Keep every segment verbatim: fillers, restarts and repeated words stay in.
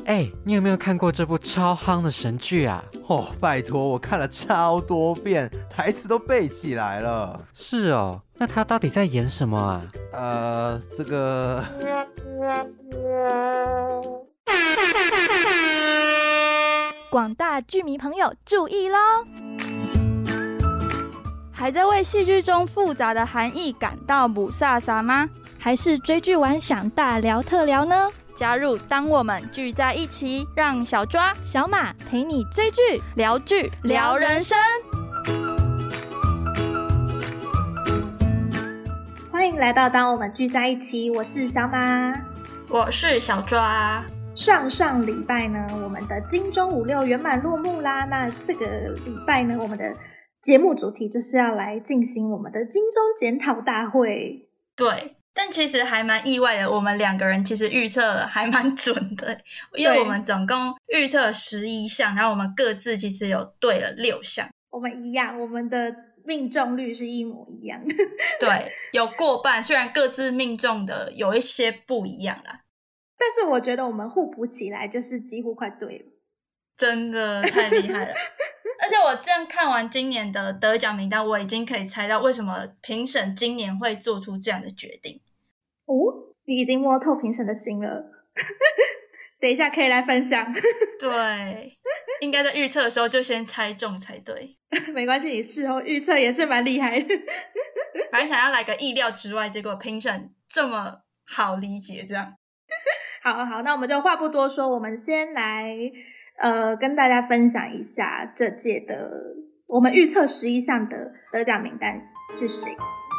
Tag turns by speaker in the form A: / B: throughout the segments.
A: 哎，你有没有看过这部超夯的神剧啊？
B: 哦，拜托，我看了超多遍，台词都背起来了。
A: 是哦，那他到底在演什么啊？
B: 呃，这个……
C: 广大剧迷朋友注意咯！还在为戏剧中复杂的含义感到不飒飒吗？还是追剧完想大聊特聊呢？加入当我们聚在一起，让小抓、小马陪你追剧、聊剧、聊人生。
D: 欢迎来到当我们聚在一起，我是小马，
C: 我是小抓。
D: 上上礼拜呢，我们的金钟五六圆满落幕啦。那这个礼拜呢，我们的节目主题就是要来进行我们的金钟检讨大会。
E: 对，但其实还蛮意外的，我们两个人其实预测还蛮准的，因为我们总共预测了十一项，然后我们各自其实有对了六项。
D: 我们一样，我们的命中率是一模一样的。
E: 对，有过半，虽然各自命中的有一些不一样啦，
D: 但是我觉得我们互补起来就是几乎快对了，
E: 真的太厉害了。而且我这样看完今年的得奖名单，我已经可以猜到为什么评审今年会做出这样的决定。
D: 哦，你已经摸透评审的心了。等一下可以来分享。
E: 对，应该在预测的时候就先猜中才对。
D: 没关系，你事后预测也是蛮厉害的。
E: 反正想要来个意料之外，结果评审这么好理解这样。
D: 好好，那我们就话不多说，我们先来呃跟大家分享一下这届的我们预测十一项的得奖名单是谁。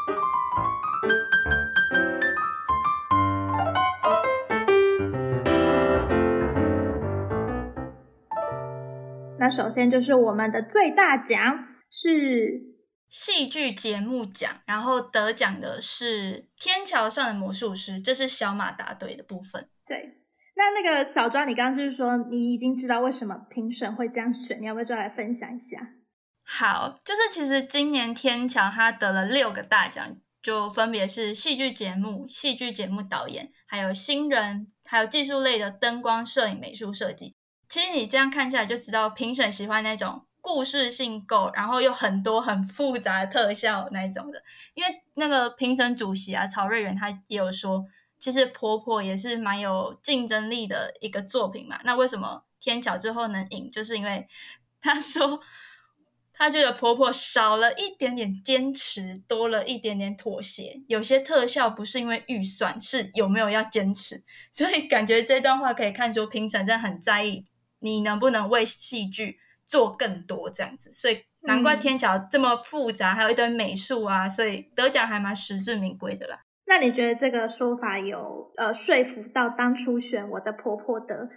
D: 那首先就是我们的最大奖是
E: 戏剧节目奖，然后得奖的是天桥上的魔术师，这是小马答对的部分。
D: 对，那那个小庄，你刚刚就是说你已经知道为什么评审会这样选，你要不要再来分享一下？
E: 好，就是其实今年天桥他得了六个大奖，就分别是戏剧节目、戏剧节目导演，还有新人，还有技术类的灯光、摄影、美术设计。其实你这样看下来就知道，评审喜欢那种故事性够，然后又很多很复杂的特效那一种的。因为那个评审主席啊，曹瑞元他也有说，其实婆婆也是蛮有竞争力的一个作品嘛。那为什么天桥最后能赢，就是因为他说他觉得婆婆少了一点点坚持，多了一点点妥协，有些特效不是因为预算，是有没有要坚持。所以感觉这段话可以看出评审真的很在意你能不能为戏剧做更多这样子，所以难怪天桥这么复杂，还有一堆美术啊，所以得奖还蛮实至名归的啦。
D: 那你觉得这个说法有呃说服到当初选我的婆婆的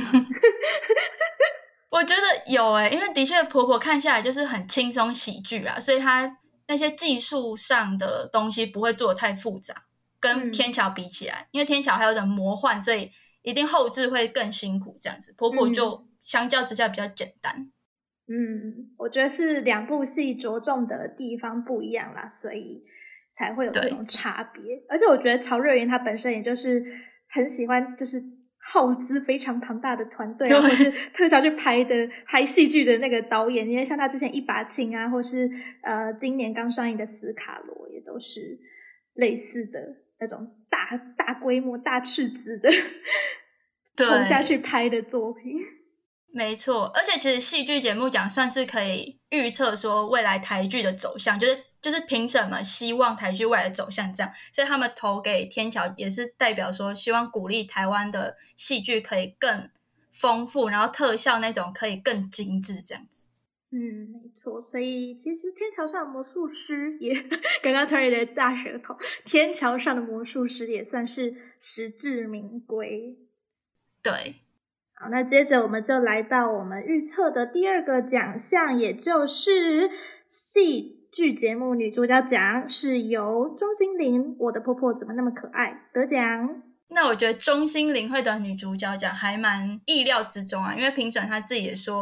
E: 我觉得有诶、欸，因为的确婆婆看下来就是很轻松喜剧啊，所以她那些技术上的东西不会做得太复杂，跟天桥比起来、嗯、因为天桥还有点魔幻，所以一定后制会更辛苦这样子，婆婆就相较之下比较简单。
D: 嗯，我觉得是两部戏着重的地方不一样啦，所以才会有这种差别。而且我觉得曹瑞元他本身也就是很喜欢就是耗资非常庞大的团队啊，或是特效去拍的拍戏剧的那个导演，因为像他之前一把青啊，或是呃今年刚上映的斯卡罗也都是类似的那种大大规模大斥资的投下去拍的作品。
E: 没错，而且其实戏剧节目奖算是可以预测说未来台剧的走向，就是就是评审们希望台剧未来的走向这样，所以他们投给天桥也是代表说希望鼓励台湾的戏剧可以更丰富，然后特效那种可以更精致这样子。
D: 嗯，没错，所以其实天桥上的魔术师也刚刚突然有点大舌头，天桥上的魔术师也算是实至名归。
E: 对，
D: 好，那接着我们就来到我们预测的第二个奖项，也就是戏剧节目女主角奖，是由钟欣凌我的婆婆怎么那么可爱得奖。
E: 那我觉得钟欣凌会得女主角奖还蛮意料之中啊，因为评审他自己也说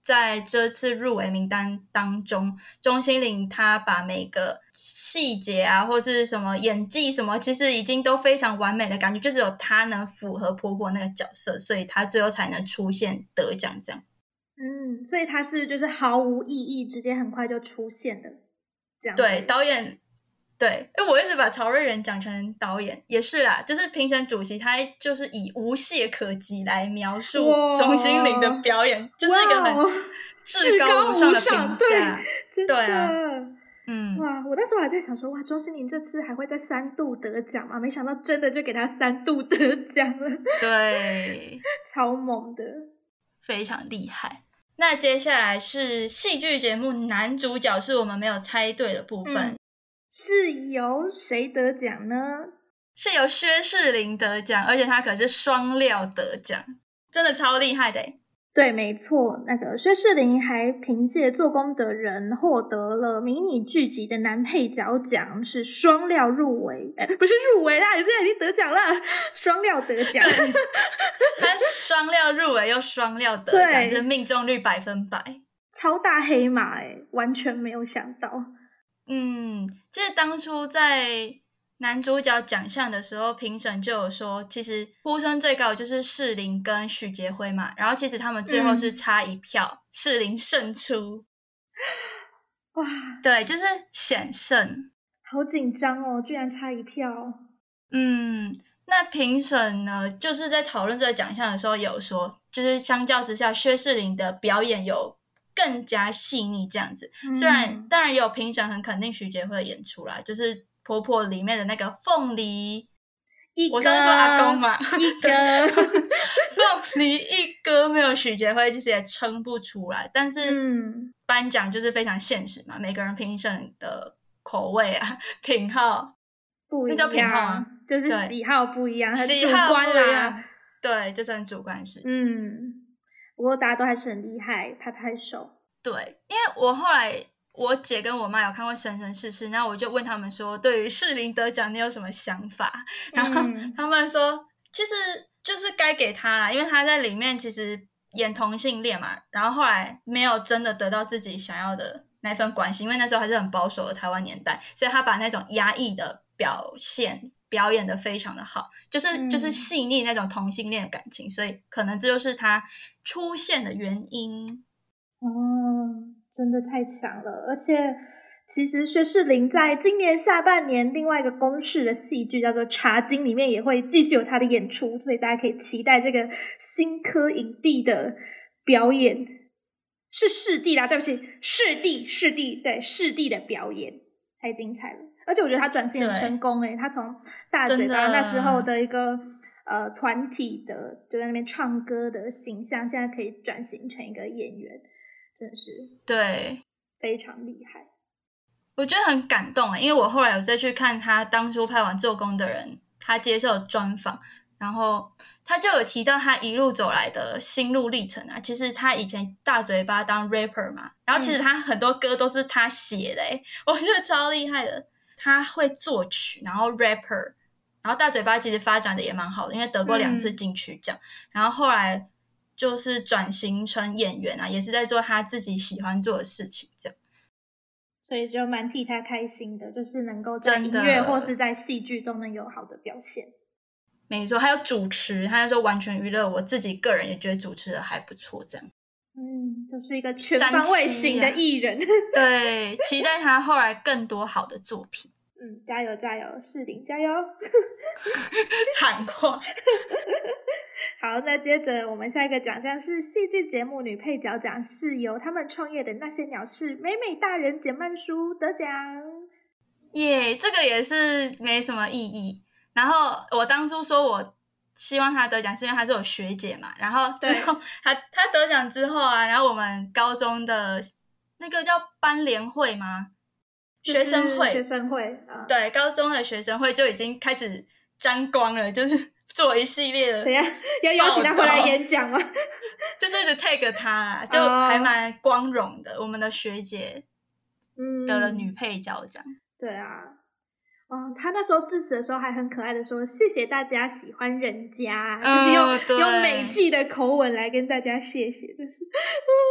E: 在这次入围名单当中，钟欣凌她把每个细节啊或是什么演技什么其实已经都非常完美的感觉，就只有她能符合婆婆那个角色，所以她最后才能出现得奖这样。
D: 嗯，所以她是就是毫无意义直接很快就出现的这样。
E: 对，导演对，因为我一直把曹瑞仁讲成导演，也是啦，就是评审主席他就是以无懈可击来描述钟欣凌的表演，就是一个很至高无上的评价。
D: 对，
E: 对啊，
D: 嗯，哇，我那时候还在想说，哇，钟欣凌这次还会再三度得奖吗？没想到真的就给他三度得奖了，
E: 对，
D: 超猛的，
E: 非常厉害。那接下来是戏剧节目男主角，是我们没有猜对的部分。嗯，
D: 是由谁得奖呢？
E: 是由薛仕凌得奖，而且他可是双料得奖，真的超厉害的耶。
D: 对，没错，那个薛仕凌还凭借《做工的人》获得了迷你剧集的男配角奖，是双料入围，哎，不是入围啦，人家已经得奖了，双料得奖。
E: 他双料入围又双料得奖，就是命中率百分百，
D: 超大黑马哎，完全没有想到。
E: 嗯，其实当初在男主角奖项的时候，评审就有说，其实呼声最高的就是仕凌跟许杰辉嘛，然后其实他们最后是差一票，仕凌、嗯、胜出。
D: 哇，
E: 对，就是险胜，
D: 好紧张哦，居然差一票。
E: 嗯，那评审呢，就是在讨论这个奖项的时候有说，就是相较之下，薛仕凌的表演有更加细腻这样子。嗯、虽然当然也有评审很肯定许杰辉的演出啦，就是婆婆里面的那个凤梨一哥，我上次说阿公嘛，
D: 一哥
E: 凤梨一哥没有许杰辉其实也撑不出来，但是颁奖就是非常现实嘛，每个人评审的口味啊品号
D: 不一样，
E: 那叫品号吗？
D: 就是喜好不一样，很
E: 主观
D: 啦，
E: 对，就是很主观的事情。
D: 嗯，不过大家都还是很厉害，拍拍手。
E: 对，因为我后来我姐跟我妈有看过《生生世世》，然后我就问他们说，对于仕凌得奖你有什么想法？然后他们说，其实就是该给他啦，因为他在里面其实演同性恋嘛，然后后来没有真的得到自己想要的那份关系，因为那时候还是很保守的台湾年代，所以他把那种压抑的表现表演得非常的好，就是、嗯、就是细腻那种同性恋的感情，所以可能这就是他出现的原因。
D: 哦，真的太强了，而且其实薛仕凌在今年下半年另外一个公视的戏剧叫做《茶金》里面也会继续有他的演出，所以大家可以期待这个新科影帝的表演，是视帝啦，对不起，视帝视帝对视帝的表演太精彩了，而且我觉得他转型很成功诶，他从大嘴巴那时候的一个呃团体的就在那边唱歌的形象，现在可以转型成一个演员，真的是
E: 对
D: 非常厉害。
E: 我觉得很感动诶，因为我后来有再去看他当初拍完《做工的人》，他接受专访，然后他就有提到他一路走来的心路历程啊。其实他以前大嘴巴当 rapper 嘛，然后其实他很多歌都是他写的诶、嗯、我觉得超厉害的。他会作曲，然后 rapper， 然后大嘴巴其实发展的也蛮好的，因为得过两次金曲奖、嗯、然后后来就是转型成演员啊，也是在做他自己喜欢做的事情这样。
D: 所以就蛮替他开心的，就是能够在音乐或是在戏剧都能有好的表现。
E: 没错，还有主持，他那时候完全娱乐，我自己个人也觉得主持的还不错这样。
D: 嗯，就是一个全方位型的艺人、啊、
E: 对，期待他后来更多好的作品。
D: 嗯，加油加油，仕凌加油
E: 喊话
D: 好，那接着我们下一个奖项是戏剧节目女配角奖，是由他们创业的那些鸟事美美大人简曼书得奖
E: 耶、yeah, 这个也是没什么意义。然后我当初说我希望他得奖是因为他是我学姐嘛，然后之后他他得奖之后啊，然后我们高中的那个叫班联会吗？学生会，
D: 学生会、啊、
E: 对，高中的学生会就已经开始沾光了，就是做一系列的，
D: 怎样要邀请他回来演讲吗？
E: 就是一直 tag 他啦，就还蛮光荣的、oh. 我们的学姐得了女配角奖、嗯、
D: 对啊。哦，他那时候致辞的时候还很可爱的说谢谢大家喜欢人家、嗯、就是用用美纪的口吻来跟大家谢谢，就是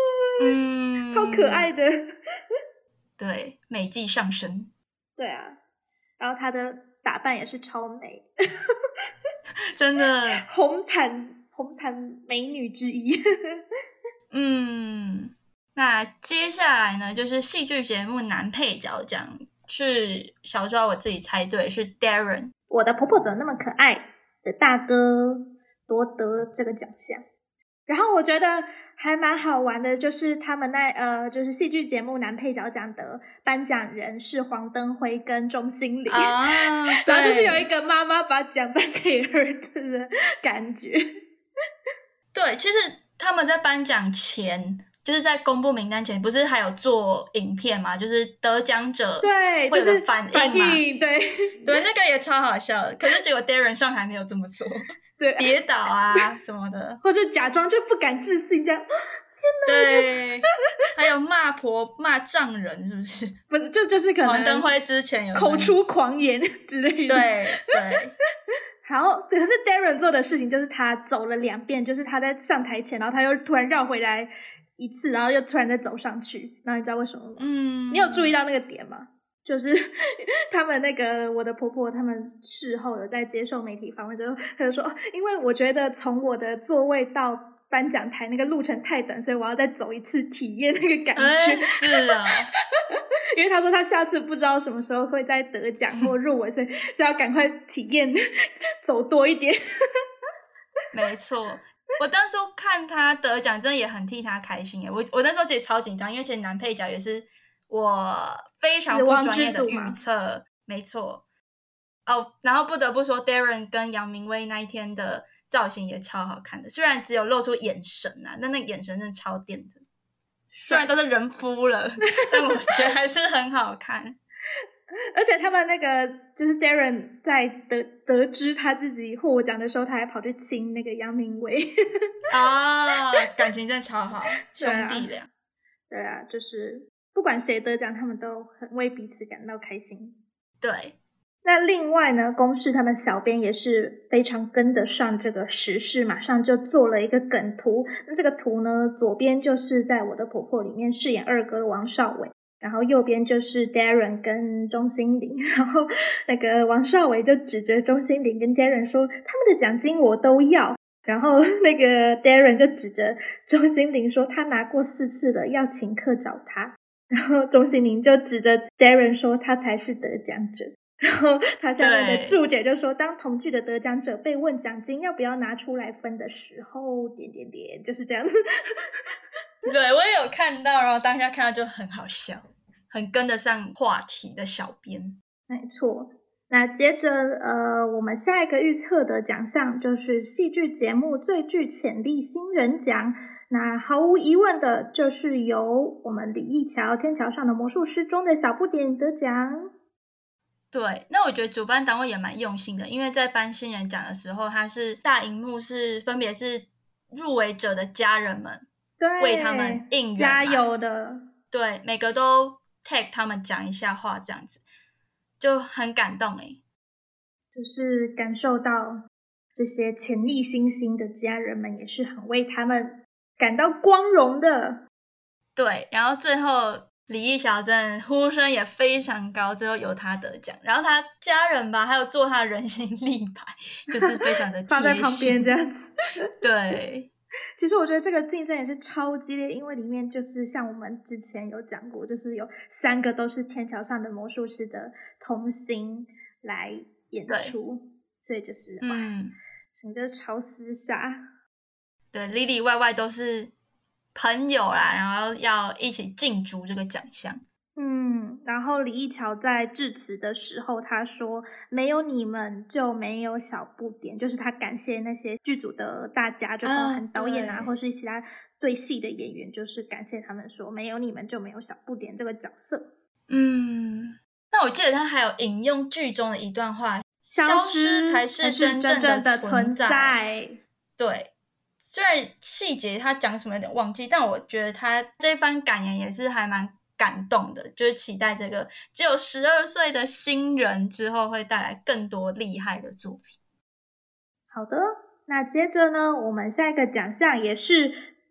E: 嗯，
D: 超可爱的。
E: 对，美技上身。
D: 对啊，然后她的打扮也是超美，
E: 真的
D: 红毯红毯美女之一。
E: 嗯，那接下来呢，就是戏剧节目男配角奖，是小抓我自己猜对，是 Darren。
D: 我的婆婆怎么那么可爱的大哥夺得这个奖项。然后我觉得还蛮好玩的，就是他们那呃，就是戏剧节目男配角奖的颁奖人是黄登辉跟钟欣凌
E: 啊，
D: 然后就是有一个妈妈把奖颁给儿子的感觉。
E: 对，其实他们在颁奖前，就是在公布名单前，不是还有做影片嘛？就是得奖者
D: 对，
E: 会有
D: 就是
E: 反应嘛，
D: 反应对
E: 对，那个也超好笑的。可是结果 Darren 上台没有这么做，
D: 对，
E: 跌倒啊什么的，
D: 或者假装就不敢置信这样。
E: 对，还有骂婆骂丈人，是不是？
D: 不是，就就是可能
E: 黄登辉之前有
D: 口出狂言之类的。
E: 对对。
D: 好，可是 Darren 做的事情就是他走了两遍，就是他在上台前，然后他又突然绕回来一次，然后又突然再走上去。然后你知道为什么吗？
E: 嗯，
D: 你有注意到那个点吗？就是他们那个我的婆婆他们事后有在接受媒体访问之后，他就说，因为我觉得从我的座位到颁奖台那个路程太短，所以我要再走一次体验那个感觉。
E: 欸、是啊，
D: 因为他说他下次不知道什么时候会再得奖或入围，所以是要赶快体验走多一点。
E: 没错，我当初看他得奖，真的也很替他开心耶。我我那时候其实超紧张，因为其实男配角也是我非常不专业的预测，没错。哦，然后不得不说 ，Darren 跟杨明威那一天的造型也超好看的，虽然只有露出眼神啊，但那个眼神真的超电的。虽然都是人夫了，但我觉得还是很好看。
D: 而且他们那个就是 Darren 在得得知他自己获奖的时候，他还跑去亲那个杨明威
E: 啊，感情真的超好，兄弟俩。
D: 对啊，就是不管谁得奖，他们都很为彼此感到开心。
E: 对。
D: 那另外呢，公视他们小编也是非常跟得上这个时事，马上就做了一个梗图。那这个图呢，左边就是在我的婆婆里面饰演二哥的王少伟，然后右边就是 Darren 跟钟欣凌，然后那个王少伟就指着钟欣凌跟 Darren 说，他们的奖金我都要。然后那个 Darren 就指着钟欣凌说，他拿过四次了，要请客找他。然后钟欣凌就指着 Darren 说，他才是得奖者。然后他下面的注解就说，当同剧的得奖者被问奖金要不要拿出来分的时候，点点点，就是这样子。
E: 对，我也有看到，然后当下看到就很好笑，很跟得上话题的小编。
D: 没错。那接着呃，我们下一个预测的奖项就是戏剧节目最具潜力新人奖。那毫无疑问的就是由我们李义乔《天桥上的魔术师》中的小不点得奖。
E: 对，那我觉得主办单位也蛮用心的，因为在颁新人奖的时候，他是大荧幕是分别是入围者的家人们，
D: 对，
E: 为他们应援
D: 加油的，
E: 对，每个都 tag 他们讲一下话，这样子就很感动诶，
D: 就是感受到这些潜力新星的家人们也是很为他们感到光荣的。
E: 对，然后最后李义乔真的呼声也非常高，最后由他得奖，然后他家人吧还有做他的人形立牌，就是非常的贴心
D: 放在旁边这样子。
E: 对，
D: 其实我觉得这个竞争也是超激烈，因为里面就是像我们之前有讲过，就是有三个都是天桥上的魔术师的童星来演出，所以就是嗯，整个就是超厮杀。
E: 对，里里外外都是朋友啦，然后要一起竞逐这个奖项。
D: 嗯，然后李义乔在致辞的时候他说，没有你们就没有小不点，就是他感谢那些剧组的大家，就包含导演啊、哦、或是其他对戏的演员，就是感谢他们说，没有你们就没有小不点这个角色。
E: 嗯，那我记得他还有引用剧中的一段话，
D: 消
E: 失才是真正的存在。
D: 存在
E: 对，虽然细节他讲什么有点忘记，但我觉得他这番感言也是还蛮感动的，就是期待这个只有十二岁的新人之后会带来更多厉害的作品。
D: 好的，那接着呢，我们下一个奖项也是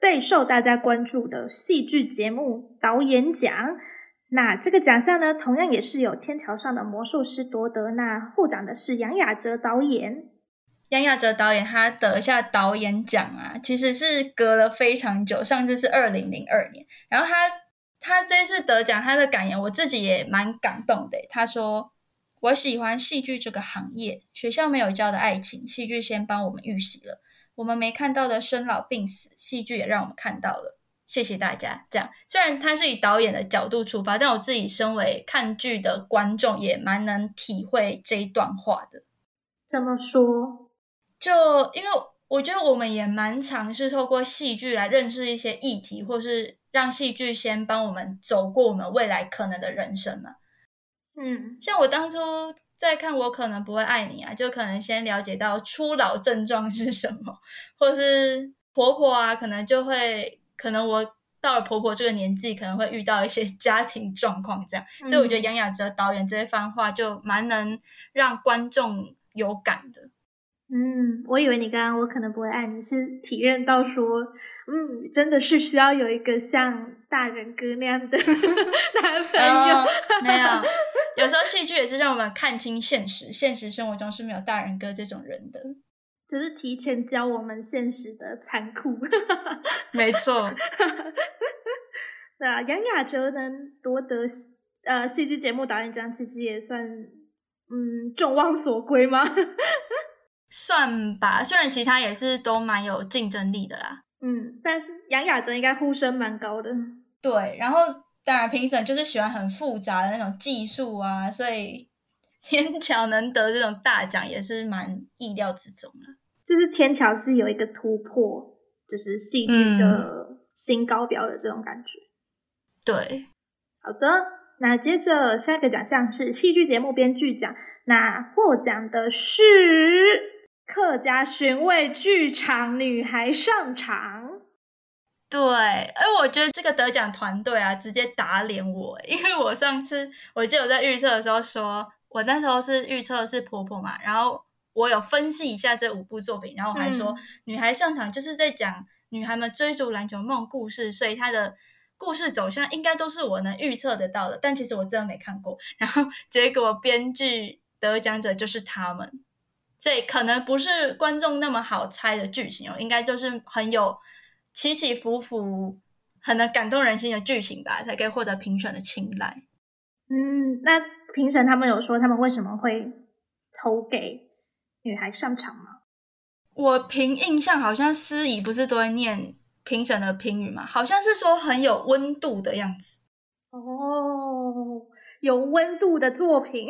D: 备受大家关注的戏剧节目导演奖。那这个奖项呢，同样也是由天桥上的魔术师夺得，那获奖的是杨雅喆导演。
E: 杨雅喆导演他得下导演奖啊，其实是隔了非常久，上次是二零零二年。然后他他这次得奖，他的感言我自己也蛮感动的。他说：“我喜欢戏剧这个行业，学校没有教的爱情，戏剧先帮我们预习了；我们没看到的生老病死，戏剧也让我们看到了。谢谢大家。”这样，虽然他是以导演的角度出发，但我自己身为看剧的观众，也蛮能体会这一段话的。
D: 怎么说？
E: 就因为我觉得我们也蛮尝试透过戏剧来认识一些议题，或是让戏剧先帮我们走过我们未来可能的人生嘛。
D: 嗯，
E: 像我当初在看我可能不会爱你啊，就可能先了解到初老症状是什么，或是婆婆啊，可能就会可能我到了婆婆这个年纪可能会遇到一些家庭状况这样、嗯、所以我觉得杨雅喆导演这些番话就蛮能让观众有感的。
D: 嗯，我以为你刚刚我可能不会爱你是体验到说嗯，真的是需要有一个像大人哥那样的男朋友、
E: 哦、没有，有时候戏剧也是让我们看清现实，现实生活中是没有大人哥这种人的，
D: 就是提前教我们现实的残酷
E: 没错
D: 对啊，杨雅喆能夺得呃戏剧节目导演奖其实也算嗯众望所归吗
E: 算吧，虽然其他也是都蛮有竞争力的啦。
D: 嗯，但是杨雅喆应该呼声蛮高的。
E: 对，然后当然评审就是喜欢很复杂的那种技术啊，所以天桥能得这种大奖也是蛮意料之中的。
D: 就是天桥是有一个突破，就是戏剧的新高标的这种感觉。
E: 嗯、对，
D: 好的，那接着下一个奖项是戏剧节目编剧奖，那获奖的是客家寻味剧场女孩上场。
E: 对，而我觉得这个得奖团队啊直接打脸我，因为我上次我记得我在预测的时候说，我那时候是预测是婆婆嘛，然后我有分析一下这五部作品，然后我还说、嗯、女孩上场就是在讲女孩们追逐篮球梦故事，所以她的故事走向应该都是我能预测得到的，但其实我真的没看过，然后结果编剧得奖者就是他们，所以可能不是观众那么好猜的剧情哦，应该就是很有起起伏伏很能感动人心的剧情吧，才可以获得评审的青睐。
D: 嗯，那评审他们有说他们为什么会投给女孩上场吗？
E: 我凭印象好像司仪不是都会念评审的评语嘛，好像是说很有温度的样子。
D: 哦，有温度的作品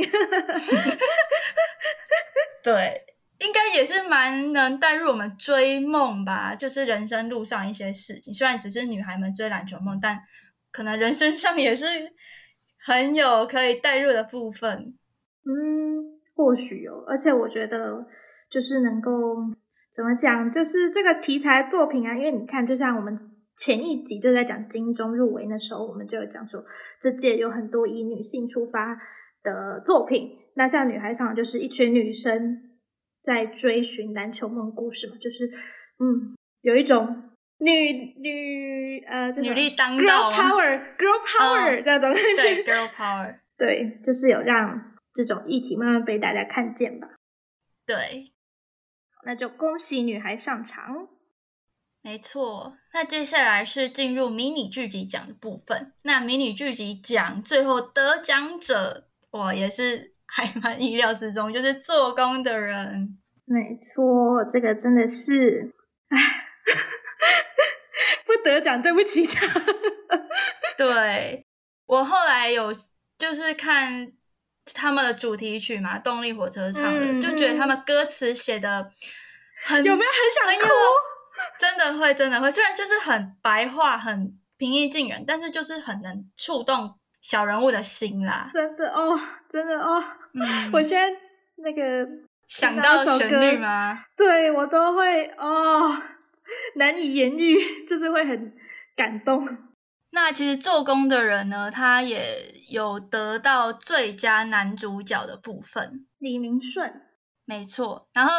E: 对，应该也是蛮能带入我们追梦吧，就是人生路上一些事情，虽然只是女孩们追篮球梦，但可能人生上也是很有可以带入的部分。
D: 嗯，或许有，而且我觉得就是能够怎么讲，就是这个题材作品啊，因为你看就像我们前一集就在讲金钟入围的时候，我们就有讲说这届有很多以女性出发的作品，那像女孩上就是一群女生在追寻篮球梦故事嘛，就是嗯，有一种女女呃
E: 女力当道
D: girl power girl power、嗯、那种感觉，
E: 对 girl power
D: 对，就是有让这种议题慢慢被大家看见吧。
E: 对，
D: 那就恭喜女孩上场。
E: 没错，那接下来是进入迷你剧集奖的部分。那迷你剧集奖最后得奖者，我也是还蛮意料之中，就是做工的人。
D: 没错，这个真的是唉不得奖对不起他
E: 对，我后来有就是看他们的主题曲嘛，动力火车唱的、嗯、就觉得他们歌词写的很
D: 有没有很想哭？
E: 真的会真的会，虽然就是很白话很平易近人，但是就是很能触动小人物的心啦。
D: 真的哦，真的哦、嗯、我现在那个
E: 想到旋律吗？
D: 对，我都会哦难以言喻，就是会很感动。
E: 那其实做工的人呢，他也有得到最佳男主角的部分，
D: 李明顺。
E: 没错，然后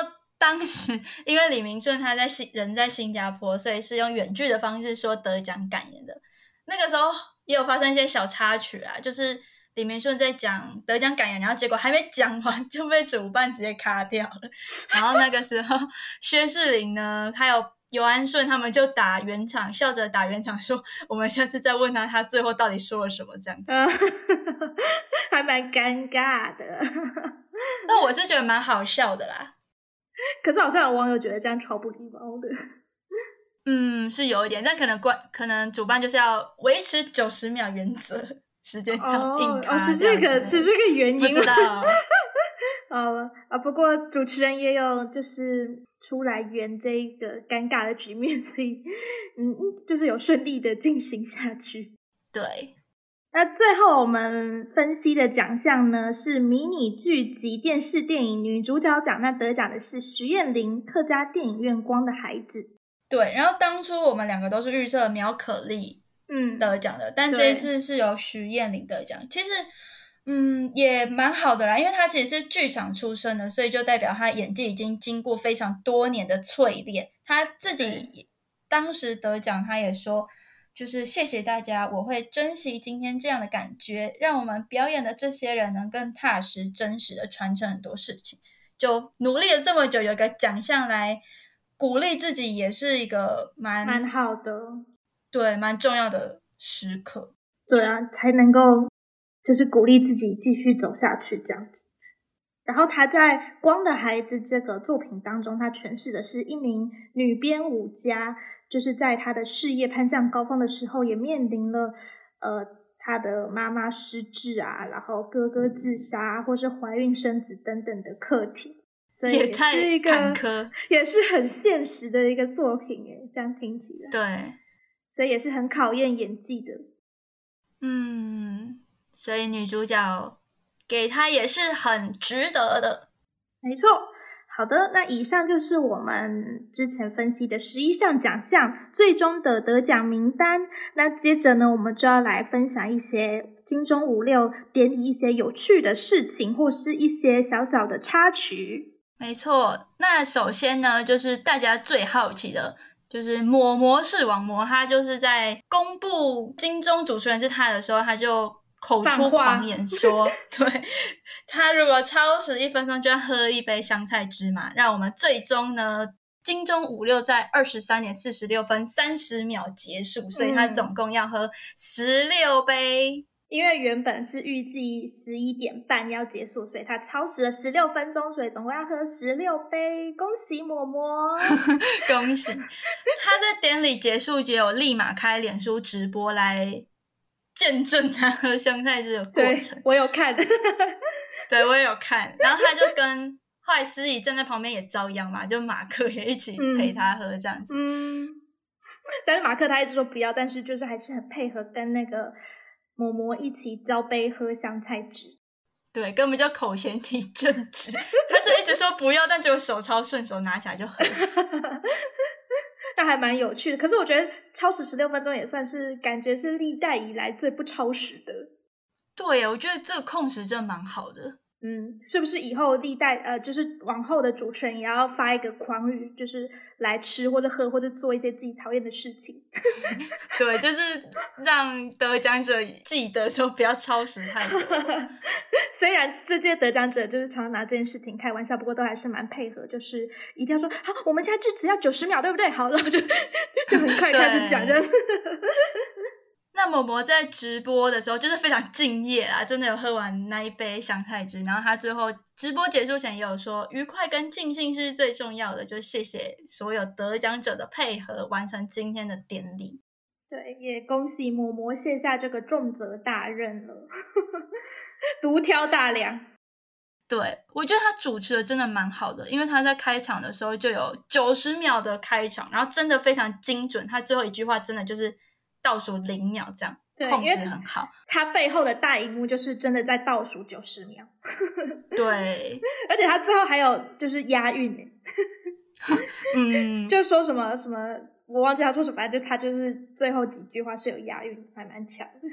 E: 当时因为李明顺他在新人在新加坡，所以是用远距的方式说得奖感言的。那个时候也有发生一些小插曲啊，就是李明顺在讲得奖感言，然后结果还没讲完就被主办直接卡掉了。然后那个时候薛仕凌呢还有尤安顺他们就打圆场，笑着打圆场说我们下次再问他他最后到底说了什么这样子。
D: 还蛮尴尬的。
E: 但我是觉得蛮好笑的啦。
D: 可是好像有网友觉得这样超不礼貌的。
E: 嗯，是有一点，但可能关可能主办就是要维持九十秒原则，时间到硬卡、
D: 哦哦、是这个是这个原因，
E: 不知道。
D: 哦啊，不过主持人也有就是出来圆这一个尴尬的局面，所以嗯，就是有顺利的进行下去。
E: 对。
D: 那最后我们分析的奖项呢是迷你剧集电视电影女主角奖，那得奖的是徐彦霖客家电影院光的孩子。
E: 对，然后当初我们两个都是预测苗可丽
D: 嗯
E: 得奖的，但这一次是由徐彦霖得奖。其实嗯也蛮好的啦，因为他其实是剧场出身的，所以就代表他演技已经经过非常多年的淬炼。他自己当时得奖他也说就是谢谢大家，我会珍惜今天这样的感觉，让我们表演的这些人能更踏实真实的传承很多事情。就努力了这么久，有个奖项来鼓励自己，也是一个蛮
D: 蛮好的，
E: 对，蛮重要的时刻。
D: 对啊，才能够就是鼓励自己继续走下去这样子。然后他在《光的孩子》这个作品当中，他诠释的是一名女编舞家，就是在他的事业攀向高峰的时候，也面临了呃他的妈妈失智啊，然后哥哥自杀，或是怀孕生子等等的课题，所以也是一个
E: 也太坎坷，
D: 也是很现实的一个作品耶。这样听起来，
E: 对，
D: 所以也是很考验演技的。
E: 嗯，所以女主角给她也是很值得的。
D: 没错。好的，那以上就是我们之前分析的十一项奖项最终的得奖名单。那接着呢，我们就要来分享一些金钟五六典礼一些有趣的事情，或是一些小小的插曲。
E: 没错，那首先呢，就是大家最好奇的就是抹膜视网膜，他就是在公布金钟主持人是他的时候，他就口出狂言说对，他如果超时一分钟就要喝一杯香菜汁嘛，让我们最终呢金钟五六在二十三点四十六分三十秒结束，所以他总共要喝十六杯、嗯、
D: 因为原本是预计十一点半要结束，所以他超时了十六分钟，所以总共要喝十六杯。恭喜抹膜
E: 恭喜他在典礼结束也有立马开脸书直播来见证他喝香菜汁的过程。
D: 对，我有看
E: 对，我也有看，然后他就跟后来司仪站在旁边也遭殃嘛，就马克也一起陪他喝这样子。
D: 嗯，但是马克他一直说不要，但是就是还是很配合跟那个抹膜一起交杯喝香菜汁。
E: 对，根本就口嫌体正直，他就一直说不要，但结果手超顺手拿起来就喝。
D: 那还蛮有趣的，可是我觉得超时十六分钟也算是感觉是历代以来最不超时的。
E: 对，我觉得这个控时真的蛮好的。
D: 嗯，是不是以后历代呃，就是往后的主持人也要发一个狂语，就是来吃或者喝或者做一些自己讨厌的事情？
E: 对，就是让得奖者记得说不要超时太久。
D: 虽然这届得奖者就是常常拿这件事情开玩笑，不过都还是蛮配合，就是一定要说好，我们现在致辞要九十秒，对不对？好了，就就很快开始讲，这样。
E: 那抹膜在直播的时候就是非常敬业啦，真的有喝完那一杯香菜汁，然后他最后直播结束前也有说愉快跟尽兴是最重要的，就谢谢所有得奖者的配合，完成今天的典礼。
D: 对，也恭喜抹膜卸下这个重责大任了，独挑大梁。
E: 对，我觉得他主持的真的蛮好的，因为他在开场的时候就有九十秒的开场，然后真的非常精准，他最后一句话真的就是倒数零秒这样，控制很好。
D: 他背后的大荧幕就是真的在倒数九十秒。
E: 对，
D: 而且他最后还有就是押韵耶。嗯，就说什么什么我忘记他说什么，反正就他就是最后几句话是有押韵，还蛮强的。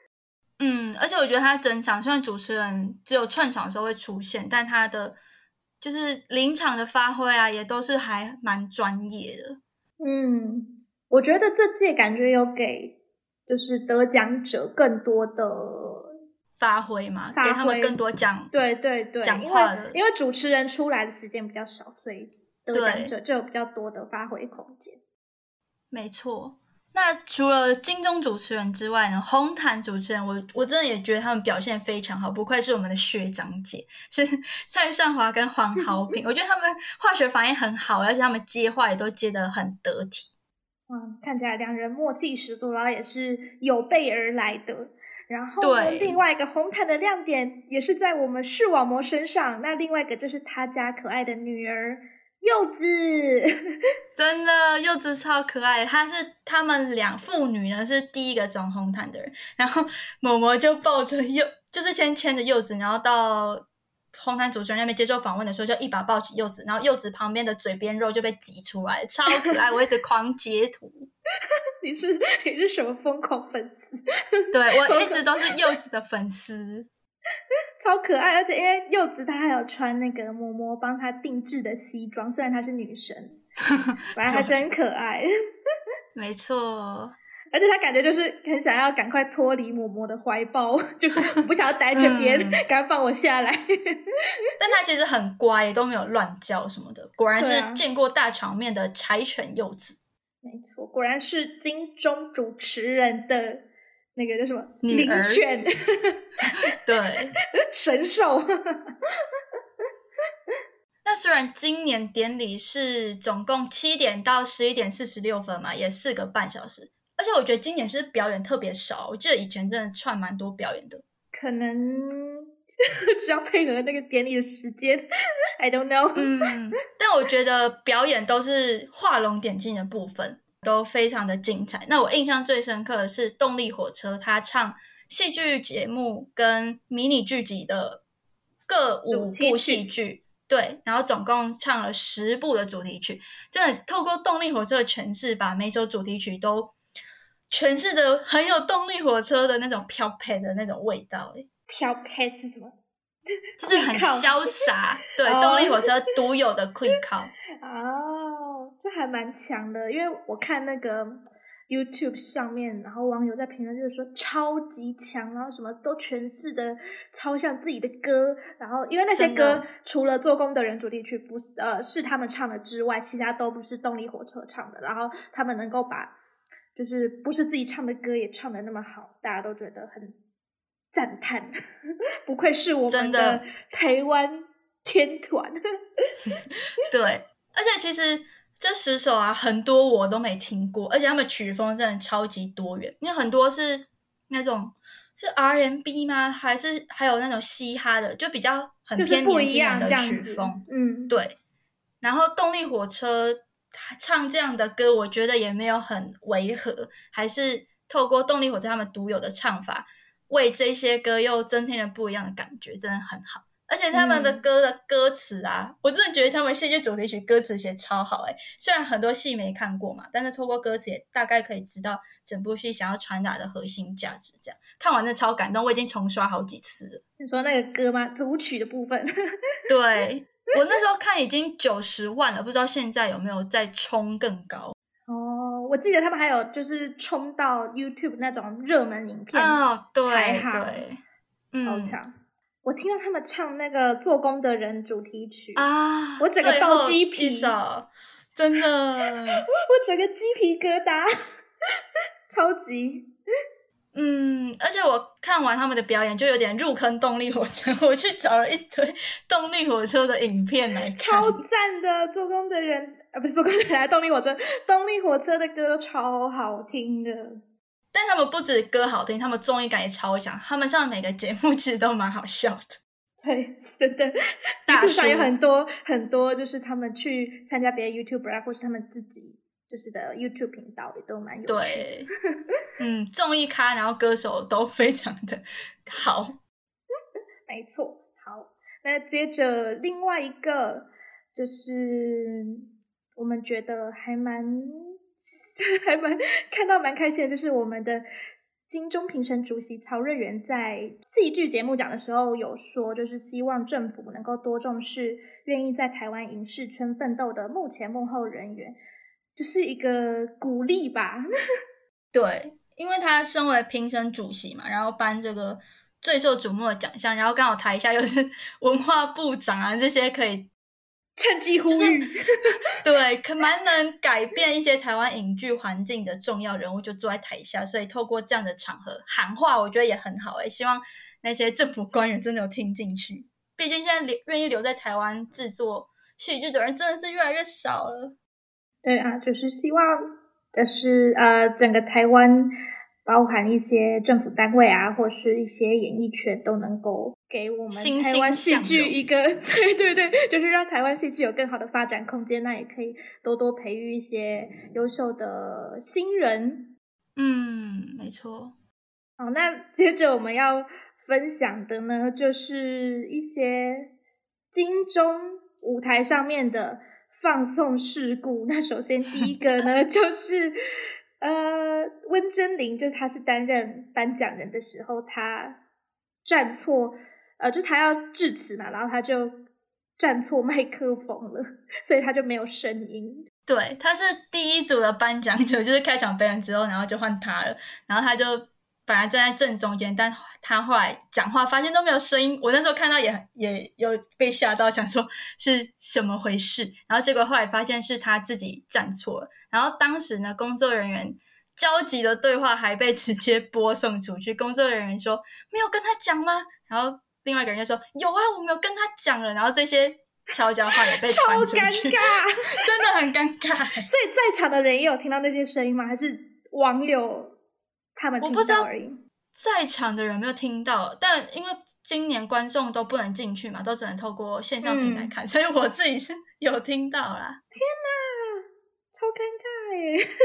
E: 嗯，而且我觉得他整场虽然主持人只有串场的时候会出现，但他的就是临场的发挥啊，也都是还蛮专业的。
D: 嗯，我觉得这届感觉有给就是得奖者更多的
E: 发挥嘛，
D: 发挥
E: 给他们更多讲
D: 对对对
E: 讲话的，
D: 因为因为主持人出来的时间比较少，所以得奖者就有比较多的发挥空间。
E: 没错。那除了金钟主持人之外呢，红毯主持人我我真的也觉得他们表现非常好，不愧是我们的学长姐，是蔡尚华跟黄豪平我觉得他们化学反应很好，而且他们接话也都接得很得体。
D: 嗯，看起来两人默契十足，然后也是有备而来的。然后呢，另外一个红毯的亮点也是在我们视网膜身上，那另外一个就是他家可爱的女儿柚子。
E: 真的，柚子超可爱的，她是他们两父女呢是第一个转红毯的人，然后嬷嬷就抱着柚，就是先牵着柚子，然后到红毯主持人那边接受访问的时候，就一把抱起柚子，然后柚子旁边的嘴边肉就被挤出来，超可爱，我一直狂截图。
D: 你是你是什么疯狂粉丝？
E: 对，我一直都是柚子的粉丝。
D: 超可爱，而且因为柚子她还有穿那个嬷嬷帮她定制的西装，虽然她是女生，反正还是很可爱。
E: 没错，
D: 而且她感觉就是很想要赶快脱离嬷嬷的怀抱，就不想要待在这边，赶快放我下来。
E: 但她其实很乖，也都没有乱叫什么的，果然是见过大场面的柴犬柚子。
D: 没错，果然是金钟主持人的那个叫什么
E: 女儿
D: 灵犬。
E: 对，
D: 神兽。
E: 那虽然今年典礼是总共七点到十一点四十六分嘛，也四个半小时，而且我觉得今年就是表演特别少，我记得以前真的串蛮多表演的，
D: 可能是要配合那个典礼的时间。I don't know。
E: 嗯，但我觉得表演都是画龙点睛的部分都非常的精彩。那我印象最深刻的是动力火车，他唱戏剧节目跟迷你剧集的各五部戏剧，对，然后总共唱了十部的主题曲，真的透过动力火车的诠释，把每首主题曲都诠释的很有动力火车的那种飘配的那种味道。
D: 飘配是什么？
E: 就是很潇洒。对，动力火车独有的 quick call。
D: 哦，就还蛮强的，因为我看那个 YouTube 上面，然后网友在评论就是说超级强，然后什么都诠释的超像自己的歌，然后因为那些歌除了做工的人主题曲不是呃是他们唱的之外，其他都不是动力火车唱的，然后他们能够把就是不是自己唱的歌也唱得那么好，大家都觉得很赞叹。不愧是我们的台湾天团。
E: 对，而且其实这十首啊，很多我都没听过，而且他们曲风真的超级多元，因为很多是那种是 R and B 吗？还是还有那种嘻哈的，就比较很偏年轻人的曲风。
D: 嗯，
E: 对。然后动力火车唱这样的歌，我觉得也没有很违和，还是透过动力火车他们独有的唱法，为这些歌又增添了不一样的感觉，真的很好。而且他们的歌的歌词啊、嗯、我真的觉得他们戏剧主题曲歌词写超好诶、欸、虽然很多戏没看过嘛，但是透过歌词也大概可以知道整部戏想要传达的核心价值。这样看完真的超感动，我已经重刷好几次了。
D: 你说那个歌吗？组曲的部分？
E: 对，我那时候看已经九十万了，不知道现在有没有再冲更高。
D: 哦，我记得他们还有就是冲到 YouTube 那种热门影片
E: 哦，对
D: 对，
E: 嗯，
D: 超强。我听到他们唱那个做工的人主题曲
E: 啊，
D: 我整个爆鸡皮，
E: 真的
D: 我整个鸡皮疙瘩，超级。
E: 嗯，而且我看完他们的表演就有点入坑动力火车，我去找了一堆动力火车的影片来看，
D: 超赞的。做工的人啊，不是做工的人，动力火车，动力火车的歌都超好听的。
E: 但他们不止歌好听，他们综艺感也超强，他们上每个节目其实都蛮好笑的。
D: 对，真的 YouTube 上有很多很多就是他们去参加别的 YouTuber 啊，或是他们自己就是的 YouTube 频道也都蛮有趣的。
E: 对，嗯，综艺咖然后歌手都非常的好。
D: 没错。好，那接着另外一个就是我们觉得还蛮还蛮看到蛮开心的，就是我们的金钟评审主席曹瑞原在戏剧节目奖的时候有说，就是希望政府能够多重视愿意在台湾影视圈奋斗的幕前幕后人员，就是一个鼓励吧。
E: 对，因为他身为评审主席嘛，然后颁这个最受瞩目的奖项，然后刚好台下又是文化部长啊，这些可以
D: 趁机呼吁、
E: 就是、对，可蛮能改变一些台湾影剧环境的重要人物就坐在台下，所以透过这样的场合喊话，我觉得也很好诶，希望那些政府官员真的有听进去，毕竟现在愿意留在台湾制作戏剧的人真的是越来越少了。
D: 对啊，就是希望的是呃，整个台湾包含一些政府单位啊，或是一些演艺圈都能够给我们台湾戏剧一个对对对，就是让台湾戏剧有更好的发展空间，那也可以多多培育一些优秀的新人。
E: 嗯，没错。
D: 好，那接着我们要分享的呢，就是一些金钟舞台上面的放送事故。那首先第一个呢，就是呃，温贞菱，就是他是担任颁奖人的时候，他站错，呃，就是他要致辞嘛，然后他就站错麦克风了，所以他就没有声音。
E: 对，他是第一组的颁奖者，就是开场表演之后，然后就换他了，然后他就本来站在正中间，但他后来讲话发现都没有声音，我那时候看到也也有被吓到，想说是什么回事，然后结果后来发现是他自己站错了，然后当时呢工作人员焦急的对话还被直接播送出去，工作人员说没有跟他讲吗？然后另外一个人就说有啊，我没有跟他讲了，然后这些悄悄话也被传出去，
D: 超尴尬
E: 真的很尴尬。
D: 所以在场的人也有听到那些声音吗？还是网友他们听到而已？
E: 在场的人没有听到，但因为今年观众都不能进去嘛，都只能透过线上平台看、嗯、所以我自己是有听到啦。
D: 天哪，超尴尬耶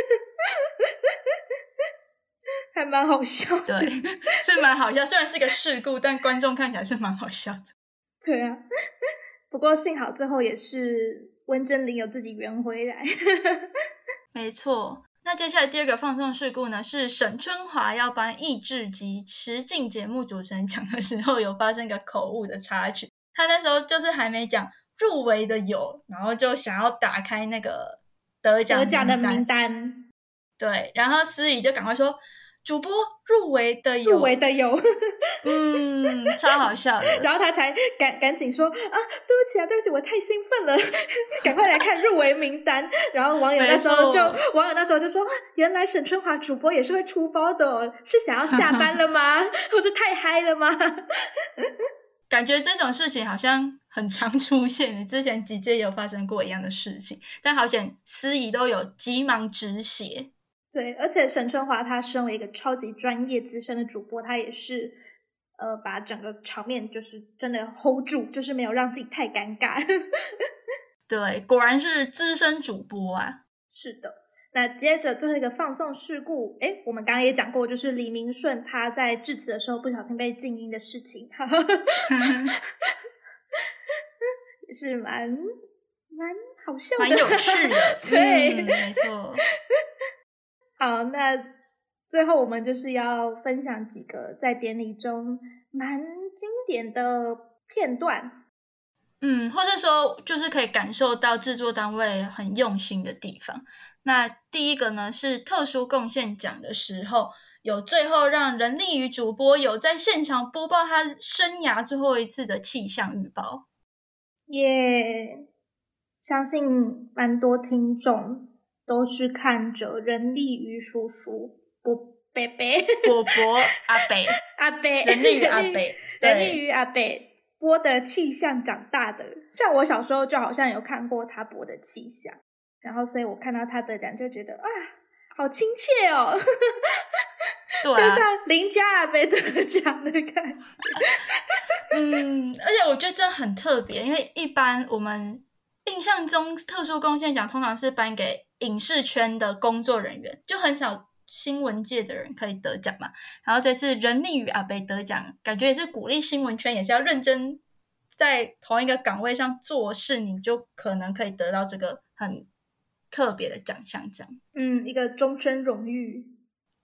D: 还蛮好笑的。
E: 对，是蛮好笑，虽然是个事故，但观众看起来是蛮好笑的。
D: 对啊，不过幸好最后也是温贞菱有自己圆回来。
E: 没错。那接下来第二个放送事故呢，是沈春华要颁益智及实境节目主持人奖的时候，有发生一个口误的插曲。他那时候就是还没讲入围的有，然后就想要打开那个得奖
D: 得奖的名单，
E: 对，然后思怡就赶快说主播入围的有，
D: 入围的有，
E: 嗯，超好笑的。
D: 然后他才赶赶紧说啊，对不起啊，对不起，我太兴奋了，赶快来看入围名单。然后网友那时候就，网友那时候就说，原来沈春华主播也是会出包的哦，是想要下班了吗？或是太嗨了吗？
E: 感觉这种事情好像很常出现，之前几届也有发生过一样的事情，但好险司仪都有急忙止血。
D: 对，而且沈春华他身为一个超级专业资深的主播，他也是呃把整个场面就是真的 hold 住，就是没有让自己太尴尬。
E: 对，果然是资深主播啊。是
D: 的。那接着最后一个放送事故，诶我们刚刚也讲过，就是李明顺他在致辞的时候不小心被静音的事情。也是蛮蛮好笑的，
E: 蛮有趣的。
D: 对、
E: 嗯、没错。
D: 好，那最后我们就是要分享几个在典礼中蛮经典的片段，
E: 嗯，或者说就是可以感受到制作单位很用心的地方。那第一个呢是特殊贡献奖的时候，有最后让人力鱼主播有在现场播报他生涯最后一次的气象预报。
D: 耶、yeah, 相信蛮多听众都是看着人力鱼叔叔伯伯
E: 伯伯阿北
D: 阿北
E: 人力鱼阿北
D: 人力鱼阿北播的气象长大的。像我小时候就好像有看过他播的气象，然后所以我看到他得奖就觉得啊好亲切哦。
E: 对啊，
D: 就像邻家阿北得奖的感觉。
E: 嗯，而且我觉得这很特别，因为一般我们印象中特殊贡献奖通常是颁给影视圈的工作人员，就很少新闻界的人可以得奖嘛。然后这次人力鱼阿北得奖，感觉也是鼓励新闻圈也是要认真在同一个岗位上做事，你就可能可以得到这个很特别的奖项这样。
D: 嗯，一个终身荣誉。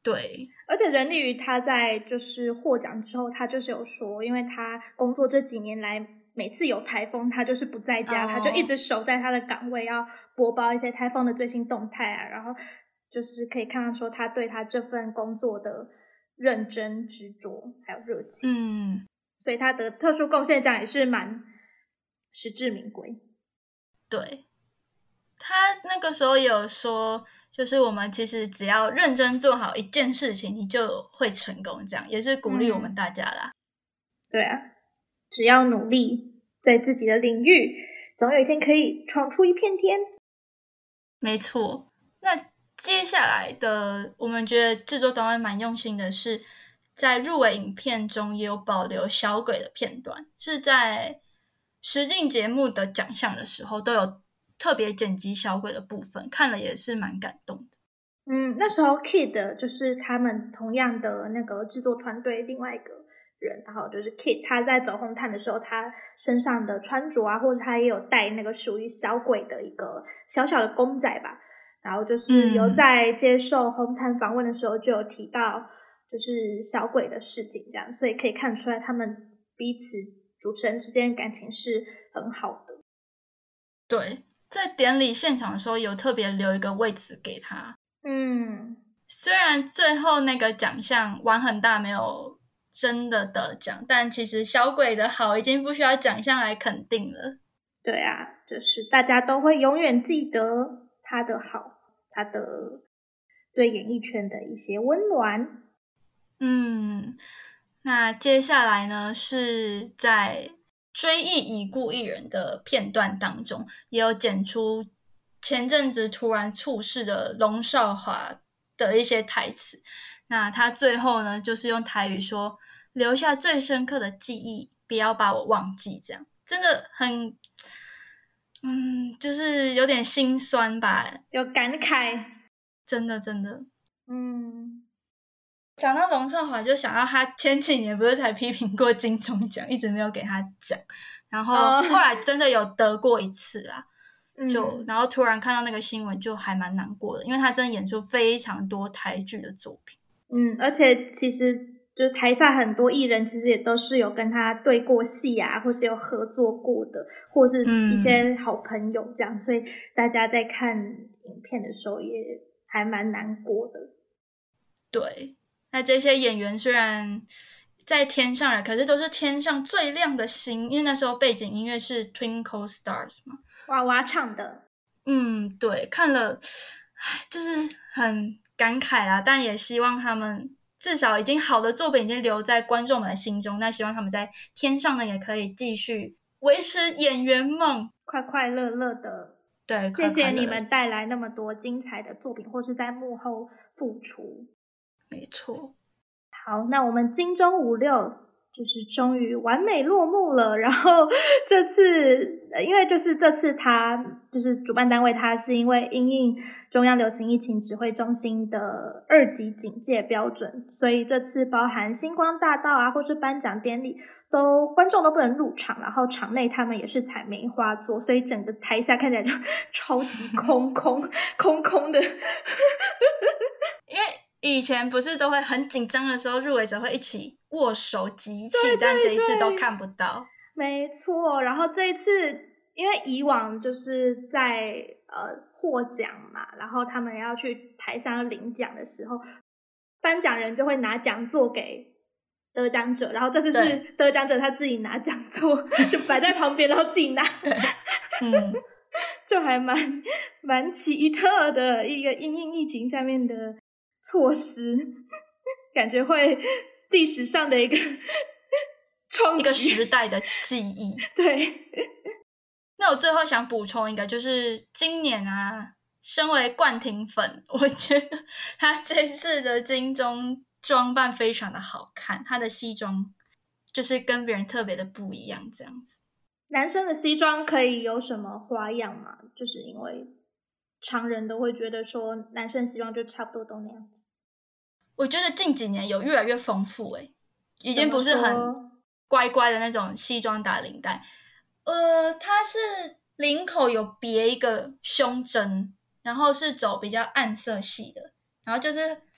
E: 对，
D: 而且任丽瑜他在就是获奖之后，他就是有说，因为他工作这几年来，每次有台风，他就是不在家，
E: oh.
D: 他就一直守在他的岗位，要播报一些台风的最新动态啊。然后就是可以看到说，他对他这份工作的认真、执着还有热情。
E: 嗯，
D: 所以他的特殊贡献奖也是蛮实至名归。
E: 对，他那个时候有说，就是我们其实只要认真做好一件事情，你就会成功，这样也是鼓励我们大家啦。
D: 嗯、对啊，只要努力在自己的领域，总有一天可以闯出一片天。
E: 没错。那接下来的我们觉得制作单位蛮用心的是，在入围影片中也有保留小鬼的片段，是在实境节目的奖项的时候都有特别剪辑小鬼的部分，看了也是蛮感动的。
D: 嗯，那时候 Kid 就是他们同样的那个制作团队另外一个人，然后就是 Kid 他在走红毯的时候，他身上的穿着啊，或者他也有带那个属于小鬼的一个小小的公仔吧，然后就是有在接受红毯访问的时候就有提到就是小鬼的事情这样，所以可以看出来他们彼此主持人之间的感情是很好的。
E: 对，在典礼现场的时候有特别留一个位置给他。
D: 嗯，
E: 虽然最后那个奖项玩很大没有真的得奖，但其实小鬼的好已经不需要奖项来肯定了。
D: 对啊，就是大家都会永远记得他的好，他的对演艺圈的一些温暖。
E: 嗯，那接下来呢，是在追忆已故艺人的片段当中，也有剪出前阵子突然猝逝的龙少华的一些台词。那他最后呢，就是用台语说，留下最深刻的记忆，不要把我忘记，这样真的很嗯，就是有点心酸吧，
D: 有感慨，
E: 真的真的。
D: 嗯，
E: 讲到龙少华，就想到他前几年不是才批评过金钟奖，一直没有给他奖，然后后来真的有得过一次啦。哦、就然后突然看到那个新闻，就还蛮难过的，因为他真的演出非常多台剧的作品。
D: 嗯，而且其实就是台下很多艺人其实也都是有跟他对过戏啊，或是有合作过的，或是一些好朋友这样、嗯、所以大家在看影片的时候也还蛮难过的。
E: 对，那这些演员虽然在天上了，可是都是天上最亮的星，因为那时候背景音乐是 Twinkle Stars 嘛，
D: 娃娃唱的。
E: 嗯，对，看了就是很感慨啦，但也希望他们至少已经好的作品已经留在观众们的心中，那希望他们在天上呢也可以继续维持演员梦，
D: 快快乐乐的。
E: 对，
D: 谢谢你们带来那么多精彩的作品，或是在幕后付出。
E: 没错。
D: 好，那我们金钟五六就是终于完美落幕了。然后这次因为就是这次他就是主办单位他是因为因应中央流行疫情指挥中心的二级警戒标准，所以这次包含星光大道啊或是颁奖典礼都观众都不能入场，然后场内他们也是采梅花座，所以整个台下看起来就超级空空空空的。
E: 因为以前不是都会很紧张的时候，入围者会一起握手集气，
D: 对对对，
E: 但这一次都看不到。
D: 没错，然后这一次因为以往就是在呃获奖嘛，然后他们要去台上领奖的时候，颁奖人就会拿奖座给得奖者，然后这次是得奖者他自己拿奖座就摆在旁边然后自己拿。
E: 对，嗯，
D: 就还蛮蛮奇特的一个因应疫情下面的措施，感觉会历史上的一个创击，
E: 一个时代的记忆。
D: 对。
E: 那我最后想补充一个，就是今年啊，身为冠廷粉，我觉得他这次的金钟装扮非常的好看，他的西装就是跟别人特别的不一样这样子。
D: 男生的西装可以有什么花样吗？就是因为常人都会觉得说男生西装就差不多都那样子。
E: 我觉得近几年有越来越丰富诶，已经不是很乖乖的那种西装打领带，呃，它是领口有别一个胸针，然后是走比较暗色系的，然后就是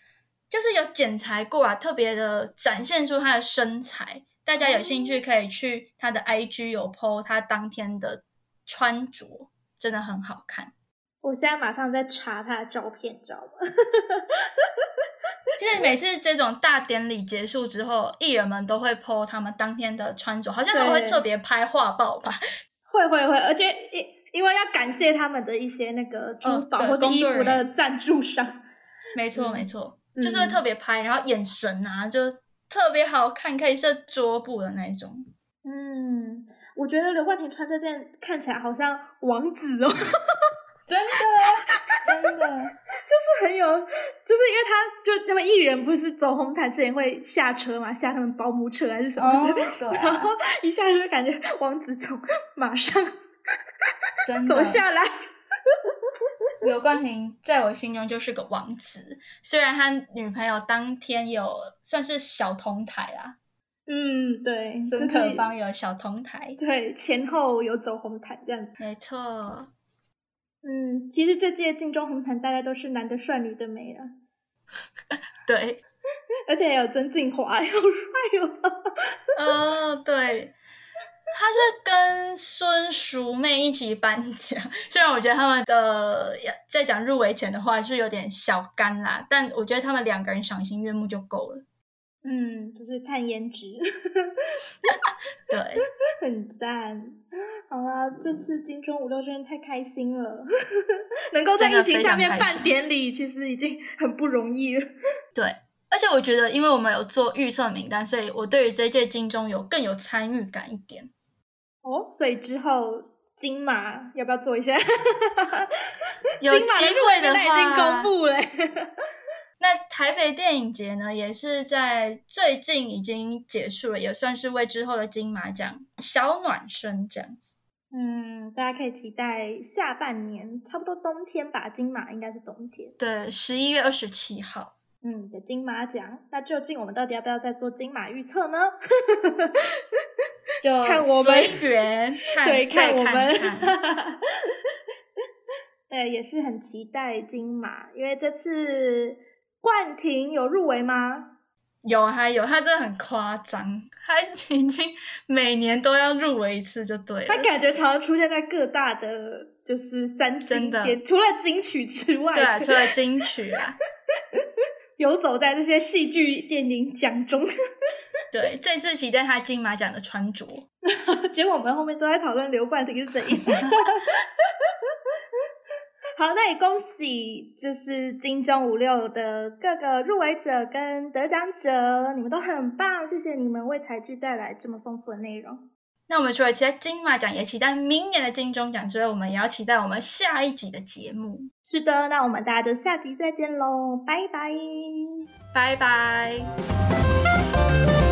E: 就是有剪裁过啊，特别的展现出他的身材。大家有兴趣可以去他的 I G 有 po 他当天的穿着，真的很好看。
D: 我现在马上在查他的照片，你知道吗？
E: 其实每次这种大典礼结束之后，艺人们都会 po 他们当天的穿着，好像他们会特别拍画报吧？
D: 会会会，而且因因为要感谢他们的一些那个珠宝、哦、或者衣服的赞助商。
E: 没错、嗯、没错，就是会特别拍，然后眼神啊就特别好看，可以是桌布的那一种。
D: 嗯，我觉得刘冠廷穿这件看起来好像王子哦。
E: 真的真的
D: 就是很有，就是因为他就他们艺人不是走红毯之前会下车嘛，下他们保姆车还是什么的、哦对啊、然后一下就感觉王子从马上
E: 真的
D: 走下来。
E: 刘冠廷在我心中就是个王子，虽然他女朋友当天有算是小同台啦，
D: 嗯，对，
E: 孙可芳有小同台，
D: 对，前后有走红毯这样子，
E: 没错。
D: 嗯，其实这届金钟红毯大家都是男的帅女的美啦。
E: 对，
D: 而且也有曾敬华，好帅哦。
E: 哦，对，他是跟孙淑妹一起颁奖，虽然我觉得他们的在讲入围前的话是有点小干啦，但我觉得他们两个人赏心悦目就够了。
D: 嗯，就是看颜值。
E: 对，
D: 很赞。好啦，这次金钟五六真的太开心了，能够在疫情下面办典礼，其实已经很不容易了。
E: 对，而且我觉得，因为我们有做预测名单，所以我对于这届金钟有更有参与感一点。
D: 哦，所以之后金马要不要做一下？
E: 有机会的话，
D: 已经公布了。
E: 那台北电影节呢，也是在最近已经结束了，也算是为之后的金马奖小暖身这样子。
D: 嗯，大家可以期待下半年，差不多冬天吧，金马应该是冬天。
E: 对，十一月二十七号。
D: 嗯，的金马奖。那究竟我们到底要不要再做金马预测呢？
E: 就
D: 看我们
E: 随缘，看
D: 对，看我们。
E: 看
D: 对，也是很期待金马，因为这次冠廷有入围吗？
E: 有，还有，他真的很夸张，他已经每年都要入围一次就对了。
D: 他感觉常常出现在各大的，就是三金片，除了金曲之外，
E: 对啊，除了金曲啦，
D: 游走在这些戏剧电影奖中。
E: 对，这次期待他金马奖的穿着。
D: 结果我们后面都在讨论刘冠廷是怎样。好，那也恭喜就是金钟五六的各个入围者跟得奖者，你们都很棒，谢谢你们为台剧带来这么丰富的内容。
E: 那我们除了期待金马奖，也期待明年的金钟奖之外，我们也要期待我们下一集的节目。
D: 是的，那我们大家就下集再见咯，拜拜，
E: 拜拜。